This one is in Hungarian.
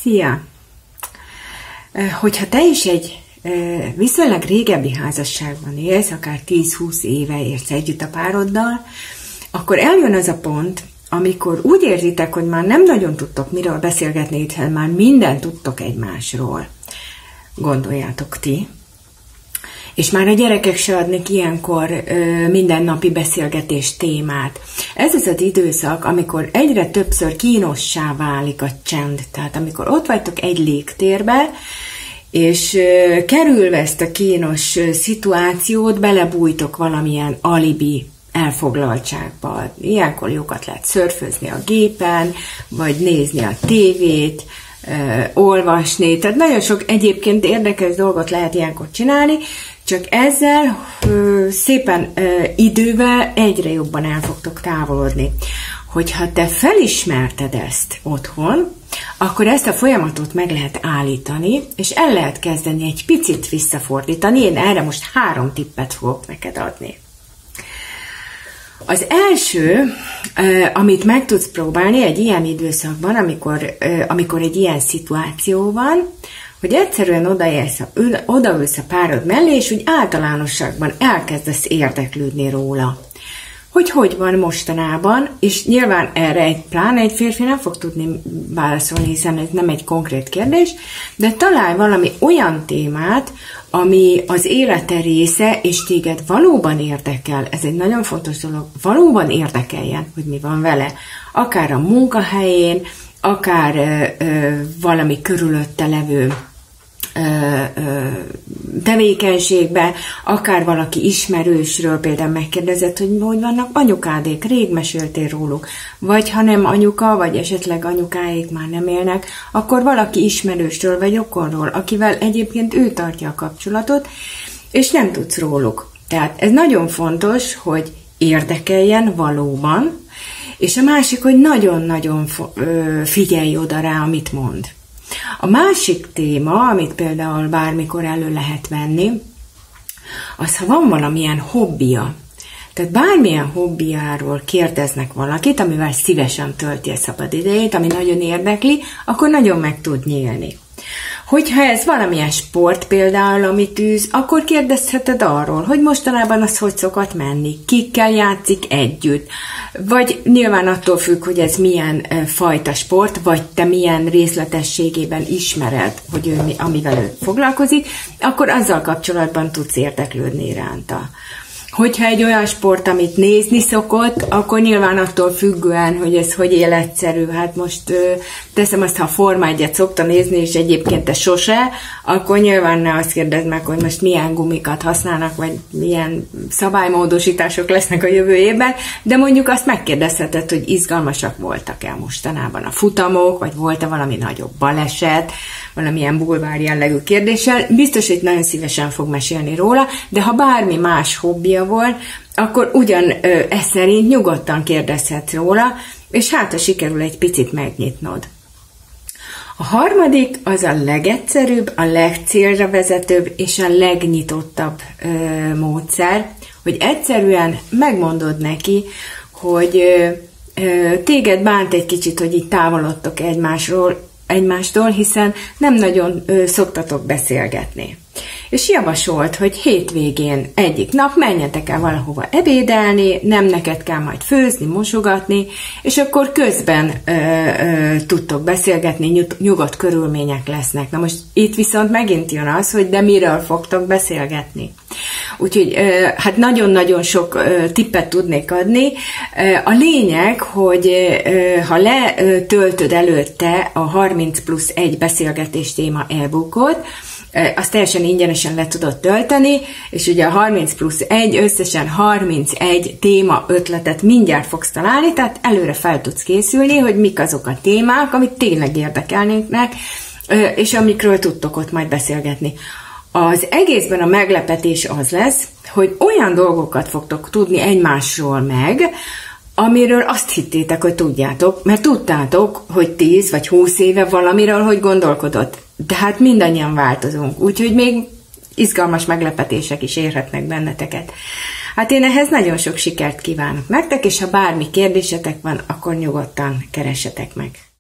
Szia! Hogyha te is egy viszonylag régebbi házasságban élsz, akár 10-20 éve érsz együtt a pároddal, akkor eljön az a pont, amikor úgy érzitek, hogy már nem nagyon tudtok miről beszélgetni, hiszen már mindent tudtok egymásról. Gondoljátok ti. És már a gyerekek se adnak ilyenkor mindennapi beszélgetés témát. Ez az az időszak, amikor egyre többször kínossá válik a csend. Tehát amikor ott vagytok egy légtérbe, és kerülve ezt a kínos szituációt, belebújtok valamilyen alibi elfoglaltságba. Ilyenkor jókat lehet szörfözni a gépen, vagy nézni a tévét, olvasni. Tehát nagyon sok egyébként érdekes dolgot lehet ilyenkor csinálni, csak ezzel szépen idővel egyre jobban el fogtok távolodni. Hogyha te felismerted ezt otthon, akkor ezt a folyamatot meg lehet állítani, és el lehet kezdeni egy picit visszafordítani. Én erre most 3 tippet fogok neked adni. Az első, amit meg tudsz próbálni egy ilyen időszakban, amikor egy ilyen szituáció van, hogy egyszerűen odaülsz a párod mellé, és úgy általánosságban elkezdesz érdeklődni róla. Hogy van mostanában, és nyilván erre pláne egy férfi nem fog tudni válaszolni, hiszen ez nem egy konkrét kérdés, de találj valami olyan témát, ami az élete része, és téged valóban érdekel. Ez egy nagyon fontos dolog, valóban érdekeljen, hogy mi van vele. Akár a munkahelyén, akár valami körülötte levő tevékenységbe, akár valaki ismerősről például megkérdezett, hogy vannak anyukádék, rég meséltél róluk, vagy ha nem anyuka, vagy esetleg anyukáik már nem élnek, akkor valaki ismerősről vagy rokonról, akivel egyébként ő tartja a kapcsolatot, és nem tudsz róluk. Tehát ez nagyon fontos, hogy érdekeljen valóban, és a másik, hogy nagyon-nagyon figyelj oda rá, amit mond. A másik téma, amit például bármikor elő lehet venni, az, ha van valamilyen hobbija. Tehát bármilyen hobbiáról kérdeznek valakit, amivel szívesen tölti a szabad idejét, ami nagyon érdekli, akkor nagyon meg tud nyílni. Hogyha ez valamilyen sport például, amit űz, akkor kérdezheted arról, hogy mostanában az hogy szokott menni, kikkel játszik együtt, vagy nyilván attól függ, hogy ez milyen fajta sport, vagy te milyen részletességében ismered, hogy ő amivel ő foglalkozik, akkor azzal kapcsolatban tudsz érdeklődni iránta. Hogyha egy olyan sport, amit nézni szokott, akkor nyilván attól függően, hogy ez hogy életszerű. Hát most teszem azt, ha a Forma 1-et szokta nézni, és egyébként te sose, akkor nyilván ne azt kérdezd meg, hogy most milyen gumikat használnak, vagy milyen szabálymódosítások lesznek a jövő évben, de mondjuk azt megkérdezheted, hogy izgalmasak voltak-e mostanában a futamok, vagy volt-e valami nagyobb baleset, valamilyen bulvár jellegű kérdéssel. Biztos, hogy nagyon szívesen fog mesélni róla, de ha bármi más hobbija volt, akkor ugyan ez szerint nyugodtan kérdezhetsz róla, és hát ha sikerül egy picit megnyitnod. A harmadik az a legegyszerűbb, a legcélra vezetőbb és a legnyitottabb módszer, hogy egyszerűen megmondod neki, hogy téged bánt egy kicsit, hogy így távolodtok egymástól, hiszen nem nagyon szoktatok beszélgetni. És javasolt, hogy hétvégén egyik nap menjetek el valahova ebédelni, nem neked kell majd főzni, mosogatni, és akkor közben tudtok beszélgetni, nyugodt körülmények lesznek. Na most itt viszont megint jön az, hogy de miről fogtok beszélgetni. Úgyhogy hát nagyon-nagyon sok tippet tudnék adni. A lényeg, hogy ha letöltöd előtte a 30+1 beszélgetés téma e-bookot, azt teljesen ingyenesen le tudod tölteni, és ugye a 30+1 összesen 31 téma ötletet mindjárt fogsz találni, tehát előre fel tudsz készülni, hogy mik azok a témák, amit tényleg érdekelnének, és amikről tudtok ott majd beszélgetni. Az egészben a meglepetés az lesz, hogy olyan dolgokat fogtok tudni egymásról meg, amiről azt hittétek, hogy tudjátok, mert tudtátok, hogy 10 vagy 20 éve valamiről, hogy gondolkodott. De hát mindannyian változunk, úgyhogy még izgalmas meglepetések is érhetnek benneteket. Hát én ehhez nagyon sok sikert kívánok nektek, és ha bármi kérdésetek van, akkor nyugodtan keressetek meg.